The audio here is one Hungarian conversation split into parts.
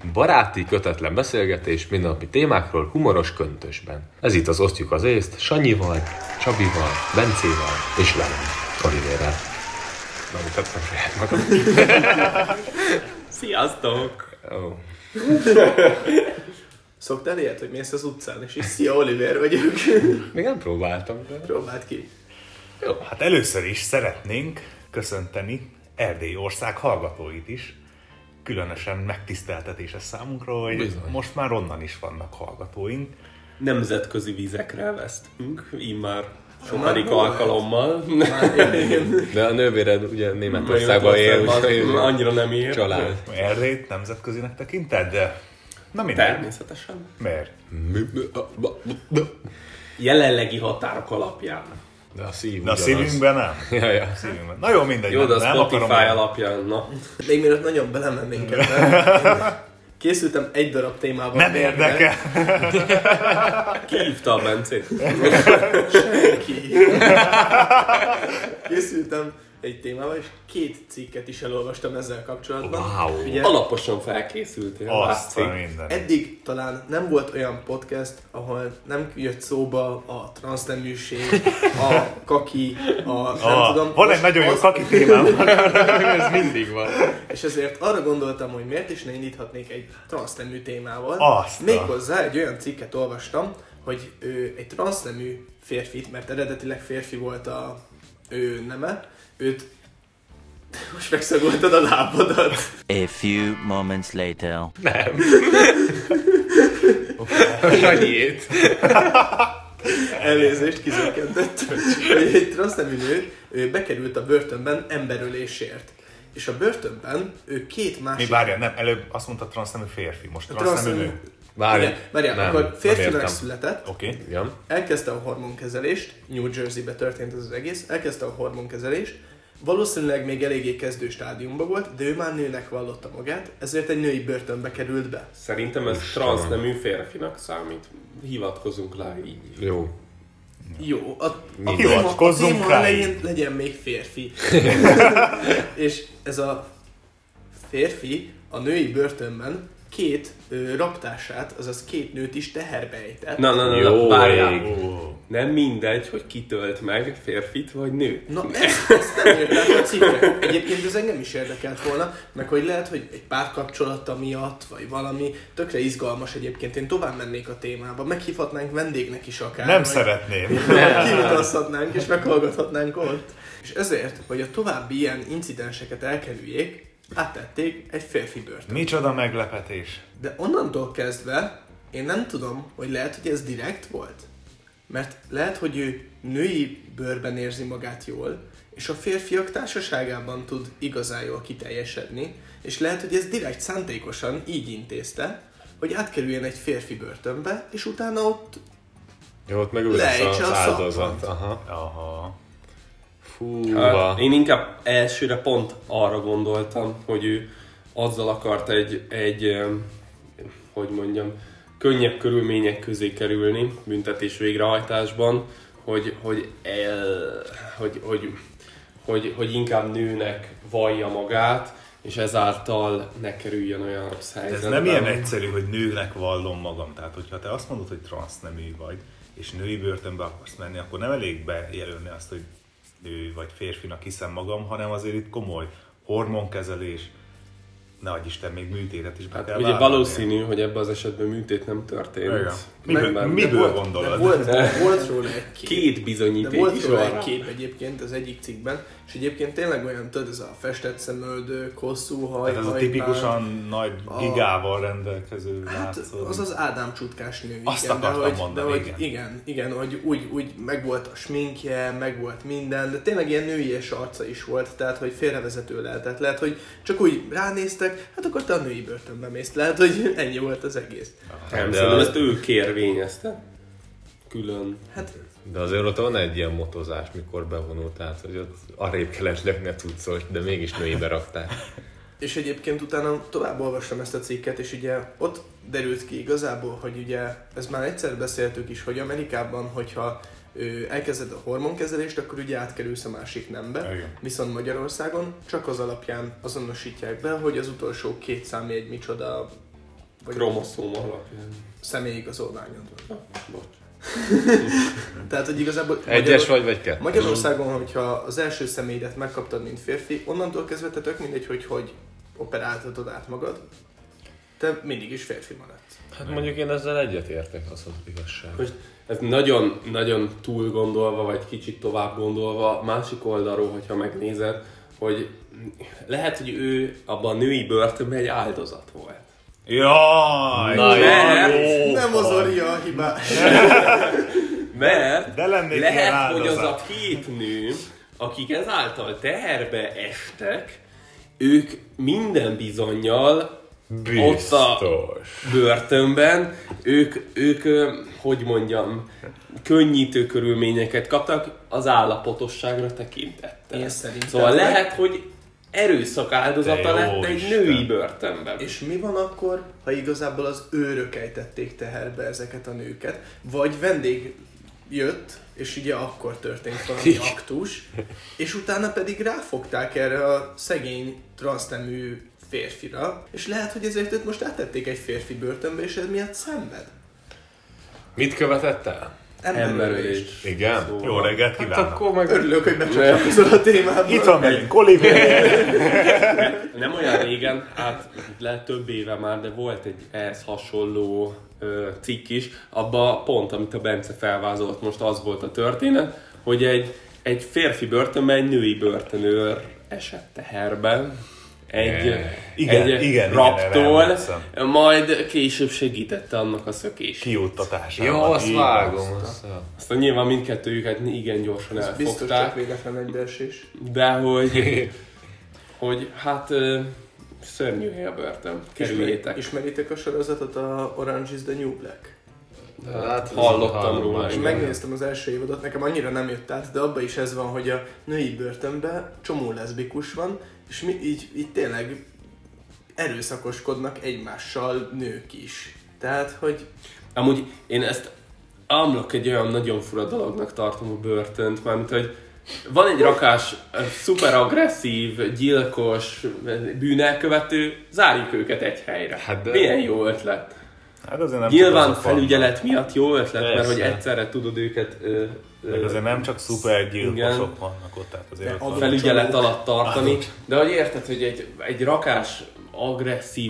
Baráti, kötetlen beszélgetés mindennapi témákról humoros köntösben. Ez itt az Osztjuk az észt Sanyival, Csabival, Bencével és velem, Oliverrel. Na, mutattam saját magam. Sziasztok! Oh. Szoktál ilyet, hogy mész az utcán, és így szia, Oliver vagyok. Még nem próbáltam, de... Próbáld ki. Jó, hát először is szeretnénk köszönteni Erdély ország hallgatóit is. Különösen megtiszteltetés ez számunkra, hogy Bizony. most már onnan is vannak hallgatóink. Nemzetközi vizekre vesztünk, immár sokadik alkalommal. De a nővéred ugye Németországban él, annyira nem ér. család. Erdélyt nemzetközinek tekinted, de na mindegy. Természetesen. Miért? Jelenlegi határok alapján. De a szív De a ugyanaz. szívünkben nem. Ja. A szívünkben. Na jó, mindegy. Jó, de a nem Spotify akarom. alapján, na. Még mielőtt nagyon belemennénk ebben, készültem egy darab témával. Nem érdekel. Ki hívta a Bencét? Senki. Készültem egy témával, és 2 cikket is elolvastam ezzel kapcsolatban. Wow. Ugye, Alaposan felkészültél. Azt a látszik. minden. eddig talán nem volt olyan podcast, ahol nem jött szóba a transzneműség, a kaki, nem tudom. Van egy nagyon jó kaki témám. Ez mindig van. És ezért arra gondoltam, hogy miért is ne indíthatnék egy transznemű témával. Azt a- Méghozzá egy olyan cikket olvastam, hogy egy transznemű férfit, mert eredetileg férfi volt a ő neme, őt... Most megszagoltad a lábadat. A few moments later. Nem. Sanyiét. Elnézést, kizökkentett. Hogy egy transznemű nő, ő bekerült a börtönben emberölésért. És a börtönben ő 2 Mi másik... várjál, nem, előbb azt mondta transznemű férfi, most transznemű nő. Várj. Igen, várjál, Nem, akkor nem férfinak értem. született, Oké. Igen. elkezdte a hormonkezelést, New Jersey-be történt ez az egész, elkezdte a hormonkezelést, valószínűleg még eléggé kezdő stádiumban volt, de ő már nőnek vallotta magát, ezért egy női börtönbe került be. Szerintem ez transznemű férfinak számít. Hivatkozunk rá így. Jó. Jó, a Hivatkozzunk téma rá elején legyen még férfi. És ez a férfi a női börtönben 2 raptását, azaz 2 nőt is teherbe ejtett. Na, Jó várjál. ég. Nem mindegy, hogy kitölt meg, férfit vagy nőt. Na, ezt nem értem a cikkre. Egyébként ez engem is érdekelt volna, meg hogy lehet, hogy egy párkapcsolata miatt, vagy valami, tökre izgalmas egyébként. Én tovább mennék a témába, meghívhatnánk vendégnek is akár. Nem vagy szeretném. Kiutazhatnánk és meghallgathatnánk ott. És ezért, hogy a további ilyen incidenseket elkerüljék, áttették egy férfi börtönbe. Micsoda meglepetés. De onnantól kezdve én nem tudom, hogy lehet, hogy ez direkt volt. Mert lehet, hogy ő női bőrben érzi magát jól, és a férfiak társaságában tud igazán jól kiteljesedni, és lehet, hogy ez direkt szándékosan így intézte, hogy átkerüljen egy férfi börtönbe, és utána ott Jó, ott meg ő lesz Lejtse az a áldozat. szappant. Aha. Aha. Fúha. Én inkább elsőre pont arra gondoltam, hogy ő azzal akart egy hogy mondjam, könnyebb körülmények közé kerülni büntetés végrehajtásban, hogy inkább nőnek vallja magát, és ezáltal ne kerüljön olyan rossz Ez helyzetbe. nem ilyen egyszerű, hogy nőnek vallom magam. Tehát, hogyha te azt mondod, hogy transznemű vagy, és női börtönbe akarsz menni, akkor nem elég bejelölni azt, hogy nő vagy férfinak hiszem magam, hanem azért itt komoly hormonkezelés, ne adj Isten, még műtétet is be Hát kell ugye vállalni. valószínű, hogy ebben az esetben műtét nem történt. Igen. Miből de gondolod? volt róla egy kép. 2 De bizonyíték volt is róla van egy rá. kép egyébként az egyik cikkben, és egyébként tényleg olyan, tudod, ez a festett szemöldök, hosszú haj, Tehát ez a hajpár. tipikusan nagy gigával rendelkező Hát látszó. az az Ádám csutkás nő. Azt igen, akartam de hogy, mondani, de hogy igen, hogy úgy meg volt a sminkje, meg volt minden, de tényleg ilyen nőies arca is volt, tehát hogy félrevezető lehetett. Lehet, hogy csak úgy ránéztek, hát akkor te a női börtönbe mész. Lehet, hogy ennyi volt az egész. Nem, De szerintem az- ezt ő kérvényezte. Külön. Hát De azért ott van egy ilyen motozás, mikor bevonult, tehát hogy ott arrébb kellett lökni a cuccos, de mégis nőibe rakták. és egyébként utána tovább olvastam ezt a cikket, és ugye ott derült ki igazából, hogy ugye, ez már egyszer beszéltük is, hogy Amerikában, hogyha elkezded a hormonkezelést, akkor ugye átkerülsz a másik nembe. Igen. Viszont Magyarországon csak az alapján azonosítják be, hogy az utolsó 2 számjegy micsoda vagy Kromoszóma alapján. személyigazolványod van. Bocs. Tehát, hogy igazából Egyes vagy kettő? Magyarországon, hogyha az első személyedet megkaptad, mint férfi, onnantól kezdve te tök mindegy, hogy operáltatod át magad, te mindig is férfi maradsz. Hát mondjuk én ezzel egyetértek, az az igazság. Most ez nagyon túl gondolva, vagy kicsit tovább gondolva, másik oldalról, hogyha megnézed, hogy lehet, hogy ő abban a női börtönben egy áldozat volt. Jaj! Nem az Orja a hibás. Mert De lennék ilyen lehet, hogy az a áldozat. 2 nő, akik ezáltal teherbe estek, ők minden bizonnyal ott a Biztos. börtönben, ők hogy mondjam, könnyítő körülményeket kaptak az állapotosságra tekintettel. Én szerintem Szóval meg- lehet, hogy erőszak áldozata Te jó lett egy Isten. női börtönben. És mi van akkor, ha igazából az őrök ejtették teherbe ezeket a nőket, vagy vendég jött, és ugye akkor történt valami aktus, és utána pedig ráfogták erre a szegény transznemű férfira, és lehet, hogy ezért őt most áttették egy férfi börtönbe, és ez miatt szenved. Mit követett el? Emberölés. Igen? Szóval- Jó reggelt Hát kívánok! akkor meg... Örülök, hogy becsatlakozol a témába. Itt van velünk Oliver! Nem olyan régen, hát lehet több éve már, de volt egy ehhez hasonló cikk is, abban pont, amit a Bence felvázolt, most az volt a történet, hogy egy férfi börtönben egy női börtönőr esett teherben, egy raptól, erre emlékszem. majd később segítette annak a szökését. Kiuttatásában. Jó, azt Így vágom. van. Aztán nyilván mindkettőjüket igen gyorsan Ez biztos csak elfogták, véletlen egybeesés. de hogy hát szörnyű hely a börtön. Kerüljétek. Ismeritek a sorozatot, a Orange is the New Black? Hát, Hallottam róla. És Igen. megnéztem az első évadot, nekem annyira nem jött át, de abban is ez van, hogy a női börtönben csomó leszbikus van, és mi így tényleg erőszakoskodnak egymással nők is. Tehát, hogy Amúgy én ezt amlok egy olyan nagyon fura dolognak tartom a börtönt, mármint, hogy van egy rakás szuper agresszív, gyilkos, bűnelkövető, zárjuk őket egy helyre. Hát de- Milyen jó ötlet. Hát azért nem Nyilván csak azok felügyelet miatt jó ötlet, mert Persze. hogy egyszerre tudod őket vannak. Meg azért nem csak szuper gyilkosok Igen. vannak ott, tehát azért De ott adott van. felügyelet alatt tartani, de hogy érted, hogy egy rakás, agresszív,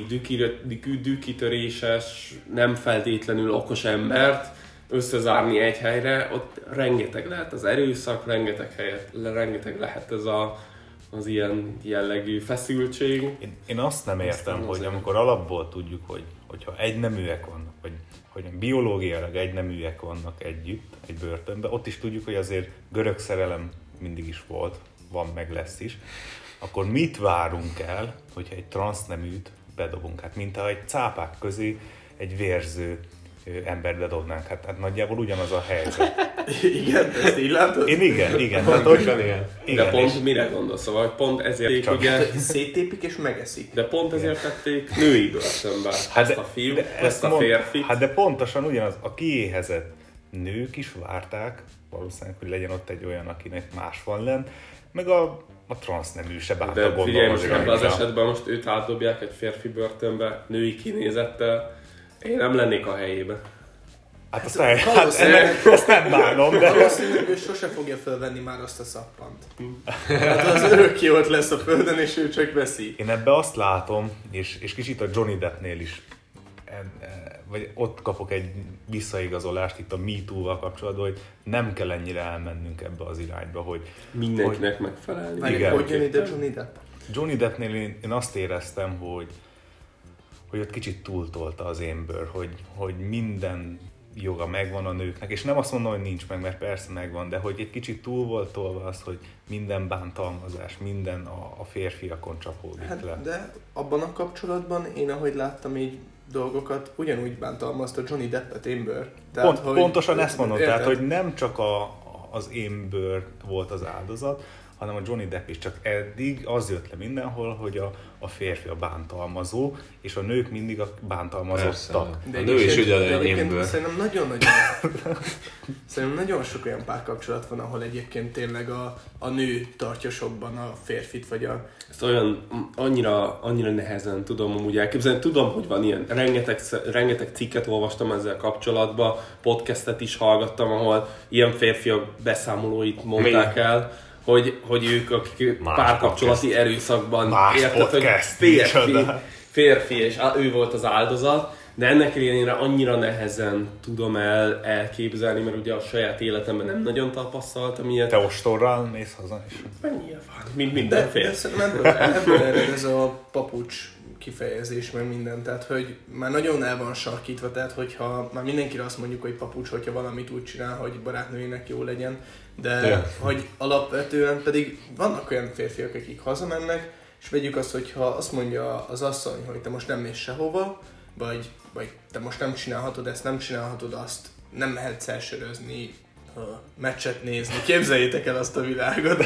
dükitöréses, nem feltétlenül okos embert összezárni egy helyre, ott rengeteg lehet az erőszak, rengeteg lehet ez az ilyen jellegű feszültség. Én azt nem értem, Aztán hogy azért. amikor alapból tudjuk, hogyha egyneműek vannak, vagy hogy biológiailag egyneműek vannak együtt egy börtönben, ott is tudjuk, hogy azért görög szerelem mindig is volt, van meg lesz is, akkor mit várunk el, hogyha egy transzneműt bedobunk? Hát mint ha egy cápák közé egy vérző embert bedobnánk. Hát nagyjából ugyanaz a helyzet. igen, ezt így látod? Én igen. Hát, Pontosan ilyen. De igen, pont mire gondolsz? Szóval hogy pont ezért Csak- ugye, Széttépik és megeszik. de pont ezért tették női börtönbe ezt a fiút, ezt a férfit. Hát de pontosan ugyanaz, a kiéhezett nők is várták, valószínűleg, hogy legyen ott egy olyan, akinek más van lenn, meg a transznemű se bánta De figyelj, most gondolni. ebben az esetben most őt átdobják egy férfi börtönbe, női kinézettel, én nem lennék a helyébe. Hát azt, hát valószínűleg- ezt nem bánom, de... Valószínűleg ő sose fogja felvenni már azt a szappant. Hát az örökké ott lesz a földön, és ő csak veszi. Én ebbe azt látom, és kicsit a Johnny Deppnél is, vagy ott kapok egy visszaigazolást itt a MeToo-val kapcsolatban, hogy nem kell ennyire elmennünk ebbe az irányba, hogy Mindenkinek megfelelni. Meg Igen. hogy jön ide Johnny Depp? Johnny Deppnél én azt éreztem, hogy ott kicsit túltolta az Amber, hogy minden joga megvan a nőknek, és nem azt mondom, hogy nincs meg, mert persze megvan, de hogy egy kicsit túl volt tolva az, hogy minden bántalmazás, minden a férfiakon csapódik le. Hát, de abban a kapcsolatban én, ahogy láttam így dolgokat, ugyanúgy bántalmazta Johnny Deppet Amber. Tehát, Pontosan ezt mondom, érted? tehát hogy nem csak az Amber volt az áldozat, hanem a Johnny Depp is. Csak eddig az jött le mindenhol, hogy a férfi a bántalmazó, és a nők mindig a bántalmazottak. A nő is ugyanolyan émből. Szerintem nagyon sok olyan párkapcsolat van, ahol egyébként tényleg a nő tartja sokban a férfit, vagy a... Ezt annyira nehezen tudom amúgy elképzelni. Tudom, hogy van ilyen, rengeteg cikket olvastam ezzel kapcsolatban, podcastet is hallgattam, ahol ilyen férfiak beszámolóit mondták el, hogy ők, akik párkapcsolati erőszakban érted, hogy férfi, és ő volt az áldozat, de ennek ellenére annyira nehezen tudom elképzelni, mert ugye a saját életemben nem nagyon tapasztaltam ilyet. Te ostorral mész haza is? Nyilván, mint minden férfi. Ebből ered ez a papucs kifejezés, meg minden, tehát hogy már nagyon el van sarkítva, tehát hogyha már mindenkire azt mondjuk, hogy papucs, hogyha valamit úgy csinál, hogy barátnőjének jó legyen, de hogy alapvetően pedig vannak olyan férfiak, akik hazamennek, és vegyük azt, hogyha azt mondja az asszony, hogy te most nem mész sehova, vagy te most nem csinálhatod ezt, nem csinálhatod azt, nem mehetsz elsörözni, meccset nézni, képzeljétek el azt a világot,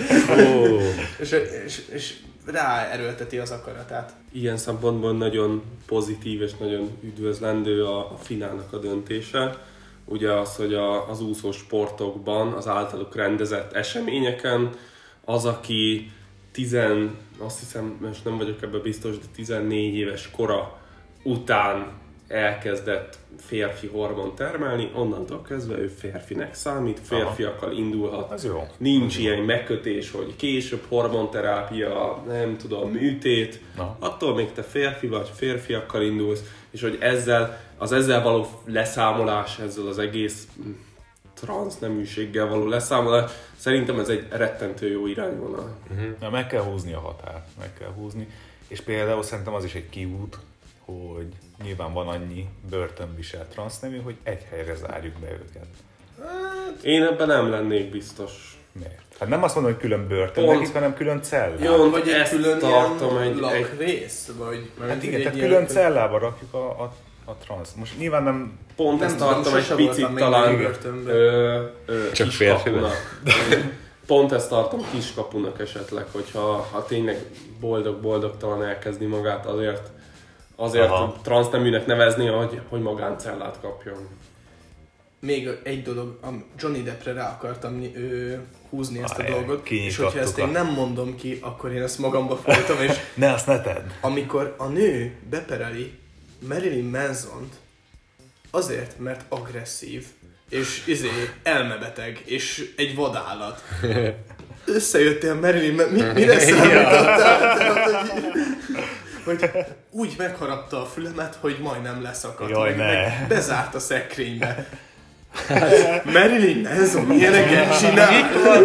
és ráerőlteti az akaratát. Ilyen szempontból nagyon pozitív és nagyon üdvözlendő a FINA-nak a döntése. Ugye az, hogy az úszó sportokban, az általuk rendezett eseményeken az, aki azt hiszem, most nem vagyok ebben biztos, de 14 éves kora után elkezdett férfi hormon termelni, onnantól kezdve ő férfinek számít, férfiakkal indulhat. Ez jó. Nincs ilyen megkötés, hogy később hormonterápia, nem tudom, műtét. Attól még te férfi vagy, férfiakkal indulsz, és hogy ezzel való leszámolás, ezzel az egész transzneműséggel való leszámolás, szerintem ez egy rettentő jó irányvonal. Ja, meg kell húzni a határt, meg kell húzni. És például szerintem az is egy kiút, hogy nyilván van annyi börtönviselt transznemű, hogy egy helyre zárjuk be őket. Én ebben nem lennék biztos. Miért? Hát nem azt mondom, hogy külön börtön nekik, hanem külön cellában. Jó, vagy ezt külön tartom egy lakrész, vagy... Hát igen, tehát külön cellába rakjuk a transz. Most nyilván nem... Pont ezt tartom egy picit talán csak férfinak. Pont ezt tartom kiskapunak esetleg, hogyha tényleg boldog-boldogtalan elkezdi magát, azért transzneműnek nevezni, hogy magáncellát kapjon. Még egy dolog, a Johnny Deppre rá akartam húzni ezt a dolgot, és hogyha ezt én nem mondom ki, akkor én ezt magamba folytom, és ne, azt ne tedd. Amikor a nő bepereli Marilyn Mansont azért, mert agresszív, és elmebeteg, és egy vadállat. Összejöttél Marilyn, mire számítottál? Hogy úgy megharapta a fülemet, hogy majdnem leszakadt. Jaj, meg bezárt a szekrénybe. Marilyn Manson ilyeneket csinál.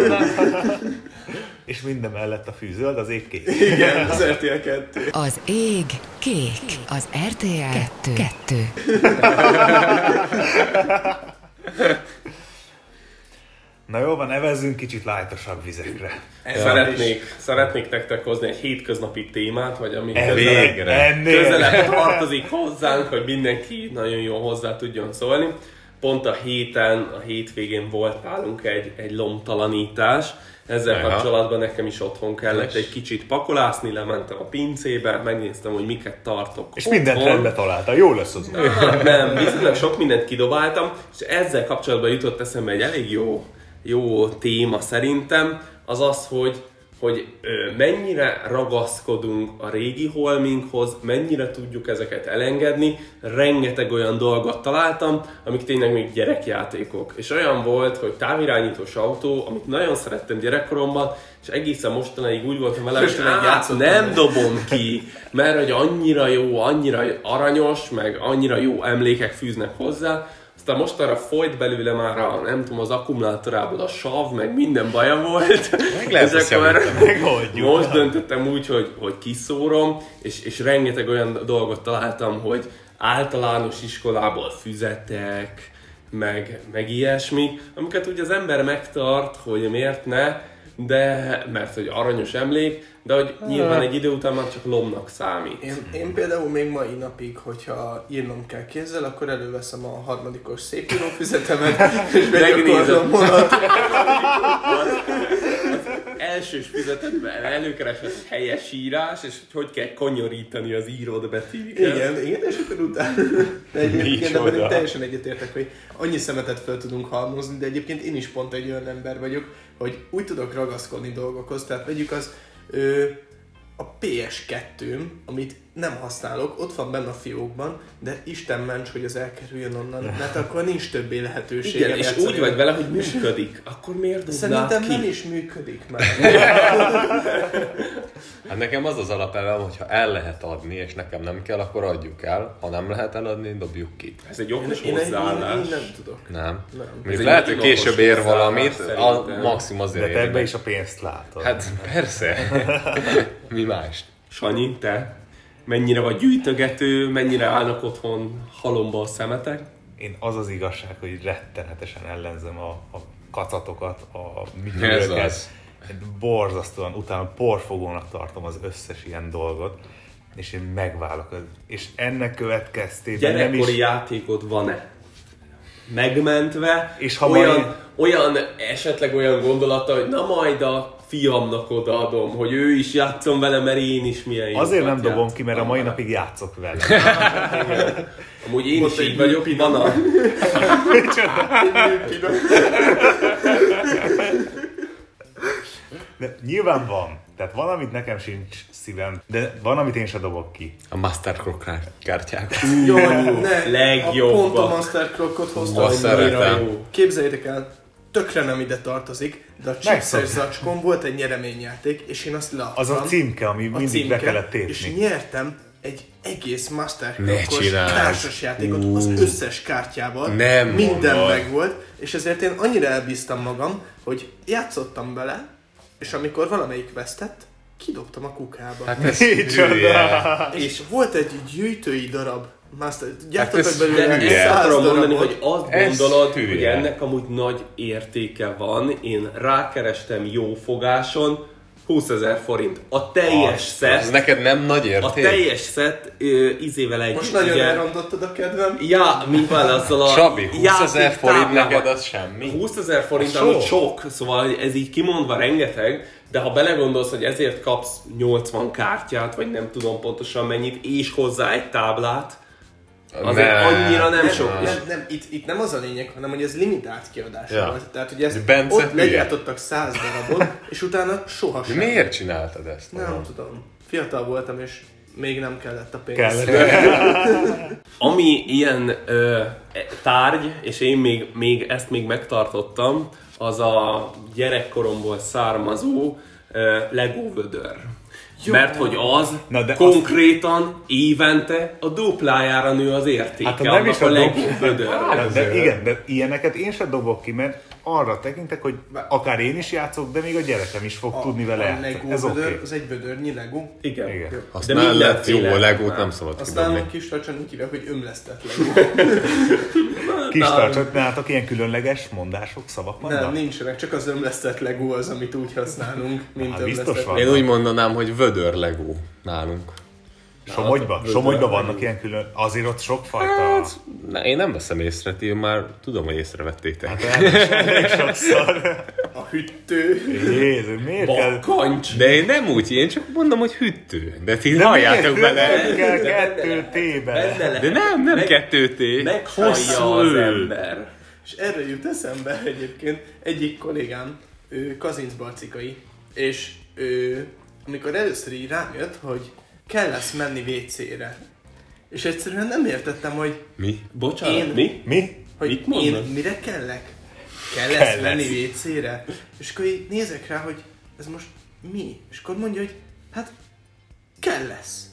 És minden mellett a fű zöld, az ég kék. Igen, az RTL 2. Az ég kék, az RTL 2. Na jó van, nevezzünk kicsit lájtosabb vizekre. Szeretnék nektek hozni egy hétköznapi témát, vagy ami közelebb tartozik hozzánk, hogy mindenki nagyon jól hozzá tudjon szólni. Pont a hétvégén volt nálunk egy lomtalanítás. Ezzel kapcsolatban nekem is otthon kellett egy kicsit pakolászni, lementem a pincébe, megnéztem, hogy miket tartok. És mindent rendbe találtál, jó lesz az úr. Nem, viszonylag sok mindent kidobáltam, és ezzel kapcsolatban jutott eszembe egy elég jó téma szerintem, az, hogy mennyire ragaszkodunk a régi holminkhoz, mennyire tudjuk ezeket elengedni. Rengeteg olyan dolgot találtam, amik tényleg még gyerekjátékok. És olyan volt, hogy távirányítós autó, amit nagyon szerettem gyerekkoromban, és egészen mostanáig úgy voltam vele, hogy nem dobom ki, mert hogy annyira jó, annyira aranyos, meg annyira jó emlékek fűznek hozzá. Aztán mostanra folyt belőle már az akkumulátorából a sav, meg minden baja volt. Most döntöttem úgy, hogy kiszórom, és rengeteg olyan dolgot találtam, hogy általános iskolából füzetek, meg ilyesmi, amiket ugye az ember megtart, hogy miért ne, de mert hogy aranyos emlék, de hogy nyilván egy idő után már csak lomnak számít. Én például még mai napig, hogyha írnom kell kézzel, akkor előveszem a harmadikos szépírófüzetemet, és megnézem vonat. elsős füzetetben előkeresett helyes írás, és hogy kell konyorítani az írott betűket. Igen, és akkor utána. De egyébként ebben teljesen egyetértek, hogy annyi szemetet fel tudunk halmozni, de egyébként én is pont egy olyan ember vagyok, hogy úgy tudok ragaszkodni dolgokhoz, tehát vegyük a PS2-m, amit nem használok, ott van benne a fiókban, de Isten ments, hogy az elkerüljön onnan, mert akkor nincs többé lehetősége. Igen, és úgy vagy vele, hogy működik. Akkor miért dobnád Szerintem ki? nem is működik már. Hát nekem az alapelvem, hogyha el lehet adni, és nekem nem kell, akkor adjuk el. Ha nem lehet eladni, dobjuk ki. Ez egy okos Én hozzáállás. nem tudok. Nem. Ez egy Lehet, hogy nagyon később okos ér hozzáállás valamit, a szerintem. maximum azért De te ér ebbe meg. is a pénzt látod. Hát persze. Mi mást? Sanyi, te mennyire vagy gyűjtögető, mennyire állnak otthon halomba a szemetek? Én az igazság, hogy rettenetesen ellenzem a kacatokat, a Ez művőket. az. Borzasztóan, utána porfogónak tartom az összes ilyen dolgot, és én megválok. És ennek következtében nem Gyerekkori is... játékod van-e? Megmentve, És ha olyan esetleg olyan gondolata, hogy na majd a fiamnak odaadom, hogy ő is játszom vele, mert én is milyen jókat Azért nem dobom játszottam ki, mert a mai vele. napig játszok vele. Amúgy én Most is egy így vagyok, műpina. van a... De nyilván van. Tehát van, amit nekem sincs szívem, de van, amit én se dobok ki. A Mastercross kártyák. Jó, ne, Legjobb. pont a Master Crockot hoztam. Azt szeretem. Képzeljétek el, tökre nem ide tartozik, de a chipses Megszoktam. zacskón volt egy nyereményjáték, és én azt leadtam. Az a címke, ami A mindig be címke, kellett és tépni. nyertem egy egész Master Ne Crockos csináld. társasjátékot az összes kártyával. Nem minden mondod. megvolt, és ezért én annyira elbíztam magam, hogy játszottam vele, és amikor valamelyik vesztett, kidobtam a kukába. Hát ez Micsoda. hülye. És volt egy gyűjtői darab, Master, gyártottak ez belőle De hülye. egy ezt 100 akarom mondani, darabot. hogy azt Ez gondolod, hülye. hogy ennek amúgy nagy értéke van. Én rákerestem jó fogáson, 20 000 forint. A teljes Ez szett, neked nem nagy a érték? teljes szett izével együtt. Most nagyon ugye, elrontottad a kedvem. Ja, mint van azzal a Csabi, 20 000 forint játéktáblával. neked az semmi. 20 000 forint, Az ami sok. sok, szóval ez így kimondva rengeteg, de ha belegondolsz, hogy ezért kapsz 80 kártyát, vagy nem tudom pontosan mennyit, és hozzá egy táblát, azért annyira nem sok. És Nem, itt nem az a lényeg, hanem hogy ez limitált kiadás Ja. volt. Tehát, hogy ezt Bence ott hülye. legyártottak 100 darabot, és utána soha De sem. miért csináltad ezt? Nem tudom. Fiatal voltam, és még nem kellett a pénz. Ami ilyen tárgy, és én ezt még megtartottam, az a gyerekkoromból származó Lego vödör. Mert hogy az Na, de konkrétan évente a duplájára nő az értéke Hát, ha nem is annak a a Lego vödörnek. De igen, de ilyeneket én sem dobok ki, mert arra tekintek, hogy akár én is játszok, de még a gyerekem is fog tudni vele a játszani. Lego Ez vödör, oké. az egy vödörnyi Lego. Igen. Igen. Azt De mellett jó, mindenféle. a Legót nem szabad Azt kidobni. nálunk kis tartsan úgy hívják, hogy ömlesztett Lego. Kis tartsat, nálatok ilyen különleges mondások, szavak vannak? Nem, nincsenek, csak az ömlesztett Lego az, amit úgy használunk, mint Hát biztos ömlesztett. van. Én úgy mondanám, hogy vödör Legó nálunk. Somogyban vannak ilyen külön, azért ott sokfajta... Hát, én nem veszem észre, ti már tudom, hogy észrevettétek. Hát elég sokszor. A hüttő. Jézus, miért kell... Bakkancs! De én nem úgy, én csak mondom, hogy hűtő. De ti halljátok bele. Nem kell kettő T-be. De nem Meg- 2T. Meghallja az ember. És erre jut eszembe egyébként egyik kollégám, ő Kazincbarcikai, és ő, amikor először így rám jött, hogy kell lesz menni WC-re. És egyszerűen nem értettem, hogy Mi? Bocsánat, Én- mi? Mi? hogy Mit én mondasz? mire kellek? Kell Kell lesz lesz. menni WC-re? És akkor így nézek rá, hogy ez most mi? És akkor mondja, hogy hát kell lesz.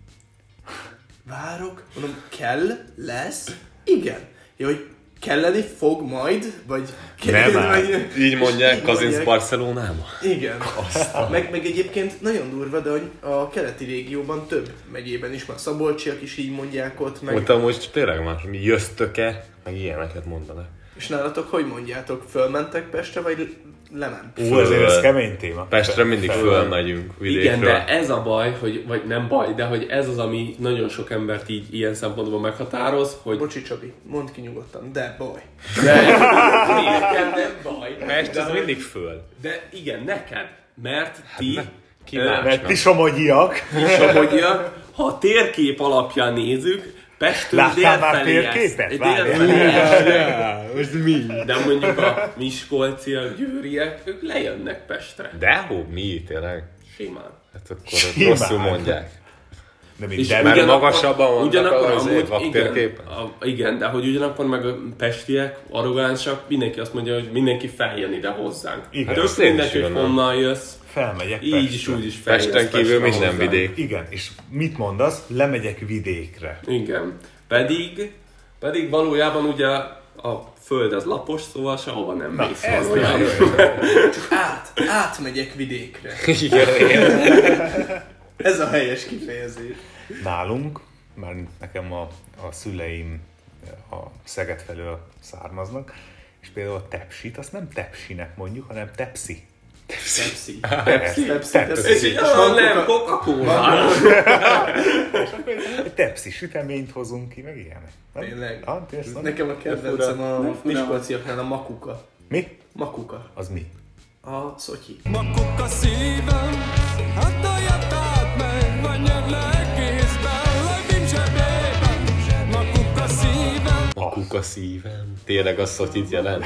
Várok, mondom, kell lesz? Igen. Ja, hogy kelleni fog majd? Vagy Nem áll. Így mondják Kazinc mondják. Barcelonába. Igen. Meg egyébként nagyon durva, de hogy a keleti régióban több megyében is, már szabolcsiak is így mondják ott, meg... Mondtam, most tényleg más, mi jöztök-e, meg ilyeneket mondanak. És nálatok hogy mondjátok? Fölmentek Pestre, vagy lement? Ezért ez kemény téma. Pestre mindig fölmegyünk vidékről. Igen, de ez a baj, hogy, vagy nem baj, de hogy ez az, ami nagyon sok embert így ilyen szempontból meghatároz, hogy Bocsi Csabi, mondd ki nyugodtan, de baj. de nekem nem baj. Pest, de, ez mindig föl. de igen, neked. Mert ti... Mert ti somogyiak. Ha a térkép alapján nézzük, Pestről láttál már délfelé térképet? Most mi? De mondjuk a miskolciak, győriek, ők lejönnek Pestre. Dehogy, mi tényleg? Simán. Hát akkor rosszul mondják. De még És Mert magasabban vannak ugyanakkor az amúgy, vaktérképen? igen, de hogy ugyanakkor meg a pestiek arrogánsak, mindenki azt mondja, hogy mindenki feljön ide hozzánk. Igen. Hát Azt ők én mindegy, is hogy gondolom. honnan jössz, felmegyek így Pestre. is úgy is feljössz Pesten kívül Pestre minden hozzánk. vidék. Igen, és mit mondasz? Lemegyek vidékre. Igen. Pedig valójában ugye a föld az lapos, szóval sehova nem mész valójában. Átmegyek vidékre. Igen. Ez a helyes kifejezés. Nálunk, mert nekem a szüleim a Szeged felől származnak, és például a tepsit, azt nem tepsinek mondjuk, hanem tepsi. Pepsi. És így, nem, Coca-Cola. Egy tepsi süteményt hozunk ki, meg ilyenek. Nem? Tényleg. Tényleg? Nekem a kedvencem a miskolciaknál a makuka. Mi? Makuka. Az mi? A szotyi. Makuk a szívem, hát toljatát meg, vagy nyerlek kézben, legim zsebében. Makuk a szívem. A kuka szívem. Tényleg az szotyit jelent?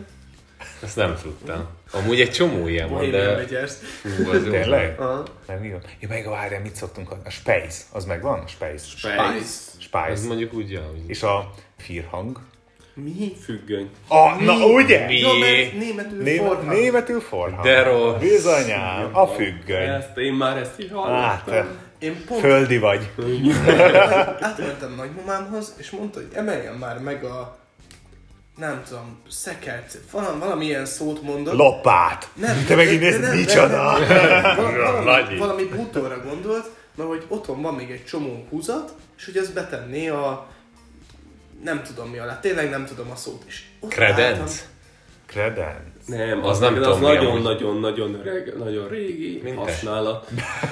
Ezt nem tudtam. Amúgy egy csomó ilyen van, Bohemian de... Megyers. Fú, az jó. Tényleg? Aha. Nem, mi van? Ja, meg várjál, mit szoktunk? A Spice, az megvan? A Spice. Spice. Ez Spice. mondjuk úgy, ja, hogy... És a firhang. Mi? Függöny. Na ugye? Mi? Ja, mert németül forrán. Németül forhang. De rossz. Bizonyám, a függöny. Én már ezt is Hát, hallottam. Én pont földi vagy. átmentem nagymamámhoz, és mondta, hogy emeljen már meg a nem tudom, szekert, valamilyen szót mondott. Lopát. Nem, Te megint nézd, micsoda. Valami bútorra gondolt, mert hogy otthon van még egy csomó húzat, és hogy azt betenné a nem tudom mi alá, tényleg nem tudom a szót is. Kredenc? Kredenc. Nem, Az az nem nem tudom, mi amúgy. nagyon-nagyon öreg, nagyon régi Mint te. használat.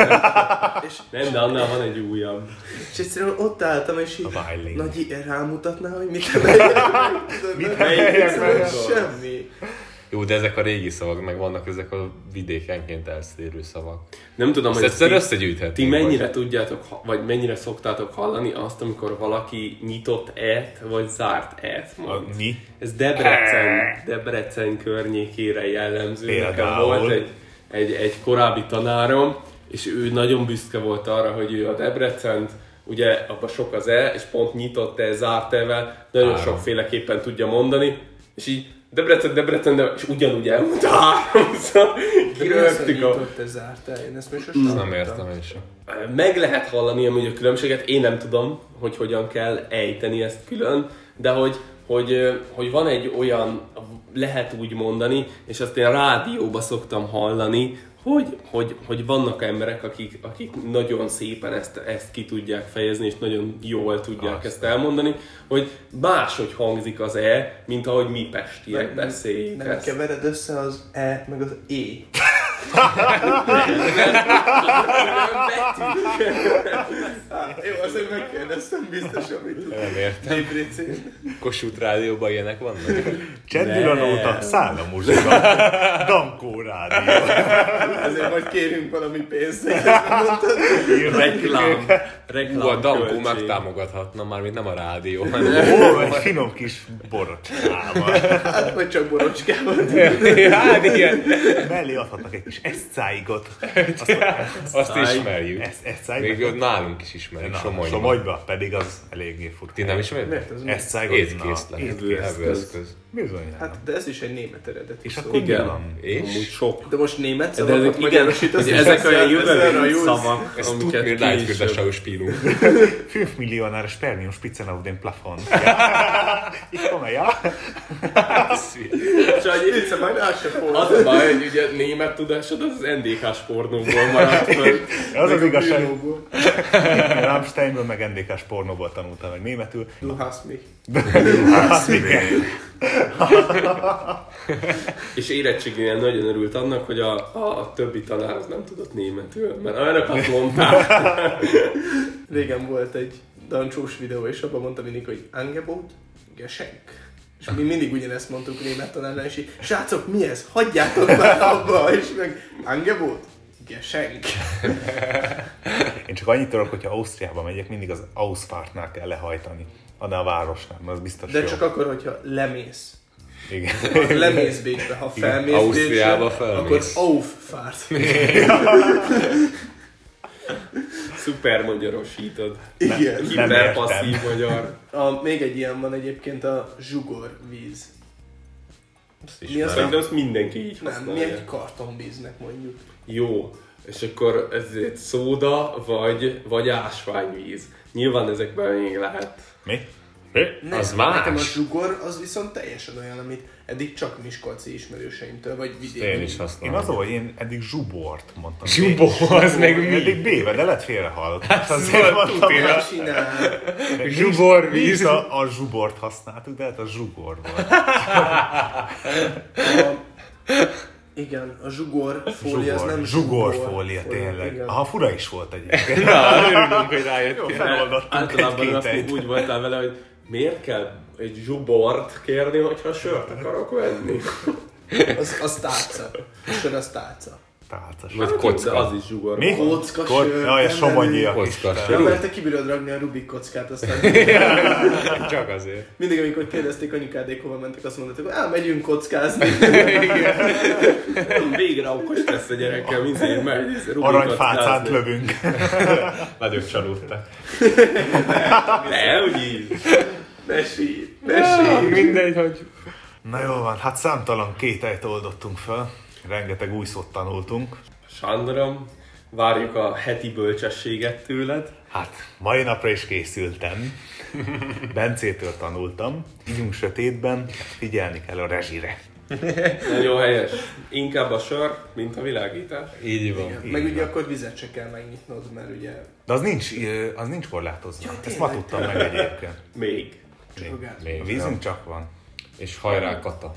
És, Nem, de annál van egy újabb. és egyszerűen ott álltam, és így A Weiling. Nagyi rámutatná, hogy mit emeljek meg. Mit Tudod, emeljek meg? Semmi. Jó, de ezek a régi szavak, meg vannak ezek a vidékenként elszérő szavak. Nem tudom, Ezt hogy egyszer ti összegyűjthetnénk. mennyire tudjátok, vagy mennyire szoktátok hallani azt, amikor valaki nyitott et, vagy zárt et mond. Mi? Ez Debrecen környékére jellemző. Nekem Például? volt egy korábbi tanárom, és ő nagyon büszke volt arra, hogy ő a Debrecent, ugye abban sok az e, és pont nyitott e, zárt e-vel, nagyon sokféleképpen tudja mondani, és így Debrecen, de és ugyanúgy elmondta háromszor, kirögtük a... Nyitott ez zárt el, én ezt még sosem Nem értem én sem. Meg lehet hallani amúgy a különbséget, én nem tudom, hogy hogyan kell ejteni ezt külön, de hogy van egy olyan, lehet úgy mondani, és azt én rádióba szoktam hallani, hogy vannak emberek, akik nagyon szépen ezt ki tudják fejezni, és nagyon jól tudják ezt elmondani, hogy máshogy hangzik az E, mint ahogy mi pestiek beszéljük Nem ezt. kevered össze az E meg az E. Jó, azért megkérdeztem biztos, amit Nem értem. Debrecen. Kossuth rádióban ilyenek vannak? Csendülan óta száll a muzsika. Dankó rádió. Ezért majd kérünk valami pénzt, hogy ezt mondtad. Reklám Hú, a Dankó költség. megtámogathatna, mármint nem a rádió, hanem... Ó, egy finom kis borocskával. Hát, vagy csak borocskával. Hát igen, Mellé adhatnak egy kis eszcáigot. azt ismerjük. Eszcáigot. Még ott nálunk is ismerjük, Somogyban. Somogyba pedig az eléggé furcsa. Ti nem ismeritek? Miért az? Eszcáigot? Étkészlet. Evőeszköz. Bizony. Hát, de ez is egy német eredetű És szó. akkor mi Igen. van? És? Amúgy sok. De most német De szavakat ezek, igen, magyarosítasz, hogy és ezek ezzel- olyan ezzel jövevényi rajulsz. szavak, Ez tut amiket mir leid für das később... Schauspielung. 5 Millionen Spermiumspitzen auf dem Plafond. Ja. Ich komme, ja? És ahogy Ilice majd át se fog. Az a baj, hogy ugye német tudásod az NDK-s pornóból maradt föl. Az az igazság. Rammsteinből meg NDK-s pornóból tanultam meg németül. Du hast mich. És érettségénél nagyon örült annak, hogy a többi tanár az nem tudott németül, mert olyanokat mondták. Régen volt egy dancsós videó, és abban mondta mindig, hogy Angebot, Geschenk. És mi mindig ugyanezt mondtuk német tanárnál, és így, srácok, mi ez? Hagyjátok már abba! És meg, Angebot? Geschenk. Én csak annyit tudok, hogyha Ausztriába megyek, mindig az Ausfahrtnál kell lehajtani. Annál a városnál, mert az biztos De jó. csak akkor, hogyha lemész. Igen. Ha lemész Bécsbe, ha felmész Ausztriába Bécsbe, felmész. akkor Auffárt. Szuper magyarosítod. Igen. Hiperpasszív magyar. Még egy ilyen van egyébként, a zsugor víz. Mi az? Szerintem azt mindenki így Nem, használja. mi egy kartonvíznek mondjuk. Jó. És akkor ez szóda vagy ásványvíz. Nyilván ezekben még lehet. Mi? Nem, Az más. Nekem a zsugor az viszont teljesen olyan, amit eddig csak miskolci ismerőseimtől, vagy vidéki. Én is Én használom. az, hogy én eddig zsubort mondtam. Zsubor, az meg Én eddig mi? B-be, de lett félrehallott. Hát Azért mondtam, Mit csinál? Zsubor, mi is víz. a zsubort használtuk, de hát a zsugor volt. Igen, a zsugor fólia az nem Zsugorfólia, tényleg. igen. Aha, fura is volt egyébként. Na, örülünk, hogy Jó, rájöttél. feloldottunk Általában egy azt kételyt. úgy voltál vele, hogy miért kell egy zsubort kérni, hogyha sört akarok venni? Az tálca. A sör az tálca. Tálcas. Vagy De kocka. az is zsugor. Mi? Kocka sör. Jaj, nem somogyiak menő. is. Kocka te. sör. Ja, mert te kibírod ragni a Rubik kockát, aztán Csak azért. mindig, amikor kérdezték anyukádék, hova mentek, azt mondták, hogy megyünk kockázni. Végre okos lesz a gyerekkel, mindjárt megy. Aranyfácát lövünk. Nagyobb csalódtak. Ne, úgy így. Ne sírj, ne sírj. Mindegy, hogy... Na jó van, hát számtalan kételyt oldottunk fel. Rengeteg új szót tanultunk. Sándorom, várjuk a heti bölcsességet tőled. Hát, mai napra is készültem. Bencétől tanultam. Ígyunk sötétben, figyelni kell a rezsire. Nagyon helyes. Inkább a sör, mint a világítás. Így van. Meg ugye akkor vizet se kell megnyitnod, mert ugye De az nincs korlátozva. Jaj, Ezt ma tényleg, tudtam meg egyébként. Még. csogát. Még A vízünk csak van. És hajrá Kata.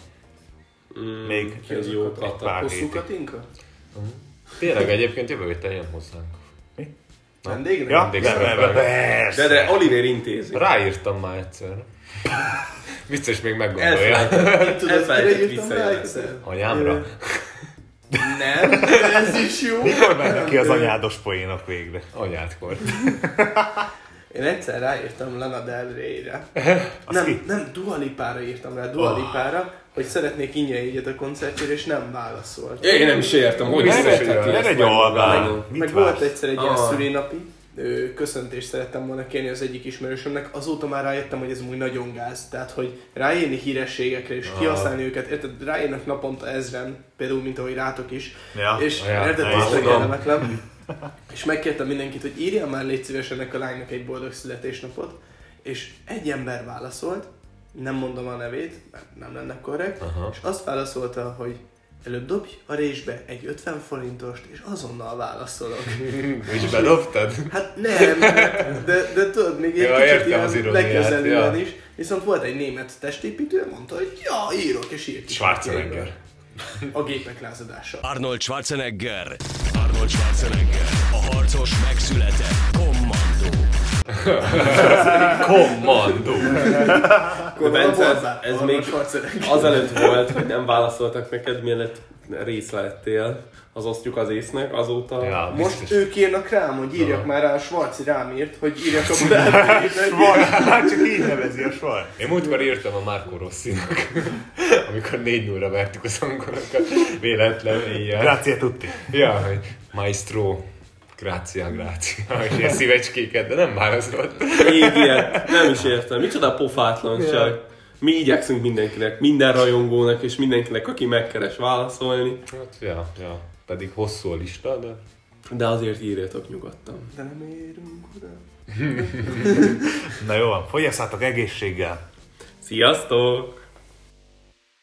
Még Ki az jó pár kata. Hosszú hétig. Katinka? Tényleg egyébként jövő héten jön hozzánk. Vendégnek? Ja, Vendégszereplő. persze. De Oliver intézi. Ráírtam már egyszer. Biztos még meggondolja. Elfelejtett. Tudod, mire Elfelejtett írtam rá visszajelzni. egyszer? Anyámra? Nem, de ez is jó. Mikor mennek ki az anyádos poénok végre? Anyádkor. Én egyszer ráírtam Lana Del Rey-re. Az ki? Nem, Dua Lipára írtam rá, Dua Lipára, hogy szeretnék ingyen jegyet a koncertjére, és nem válaszolt. Én nem is értem, hogy Visszaesett. Ne egy albán. Meg volt egyszer egy ilyen szülinapi, köszöntést szerettem volna kérni az egyik ismerősömnek, azóta már rájöttem, hogy ez úgy nagyon gáz, tehát hogy ráírni hírességekre és kihasználni őket, érted, ráírnak naponta 1000-en, például mint ahogy rátok is, Ja. és Ja, érted, ja, tiszta tudom. kellemetlen. És megkértem mindenkit, hogy írjál már légy szíves ennek a lánynak egy boldog születésnapot, és egy ember válaszolt, nem mondom a nevét, mert nem lenne korrekt, és azt válaszolta, hogy előbb dobj a résbe egy 50 forintost, és azonnal válaszolok. És bedobtad? Hát nem, de tudod, még egy Ja, kicsit értem az ilyen iróniát, legközelűen ja. is. Viszont volt egy német testépítő, mondta, hogy ja, írok, és írt. is Schwarzenegger. A gépek lázadása. Arnold Schwarzenegger. Arnold Schwarzenegger. A harcos megszületett. Kommandó. Kommandó. Bence, ez még azelőtt volt, hogy nem válaszoltak neked, mielőtt rész lettél. Az osztjuk az észnek, azóta... Ja, Most biztos. ők írnak rám, hogy írjak már rá, a Schwarzi rám írt, hogy írjak a barátaimnak. Hát csak így nevezi a sor. Én múltkor írtam a Marco Rossinak, amikor 4-0-ra vertük az angolokat, véletlen éjjel. Grazie tutti. Ja, hogy maestro, grácia. És ilyen szívecskéket, de nem válaszolt. Még ilyet, nem is értem. Micsoda pofátlanság. Mi igyekszünk mindenkinek, minden rajongónak és mindenkinek, aki megkeres válaszolni. Hát, ja. Pedig hosszú a lista, de... De azért írjatok nyugodtan. De nem érünk oda. Na jó van, fogyasszátok egészséggel. Sziasztok!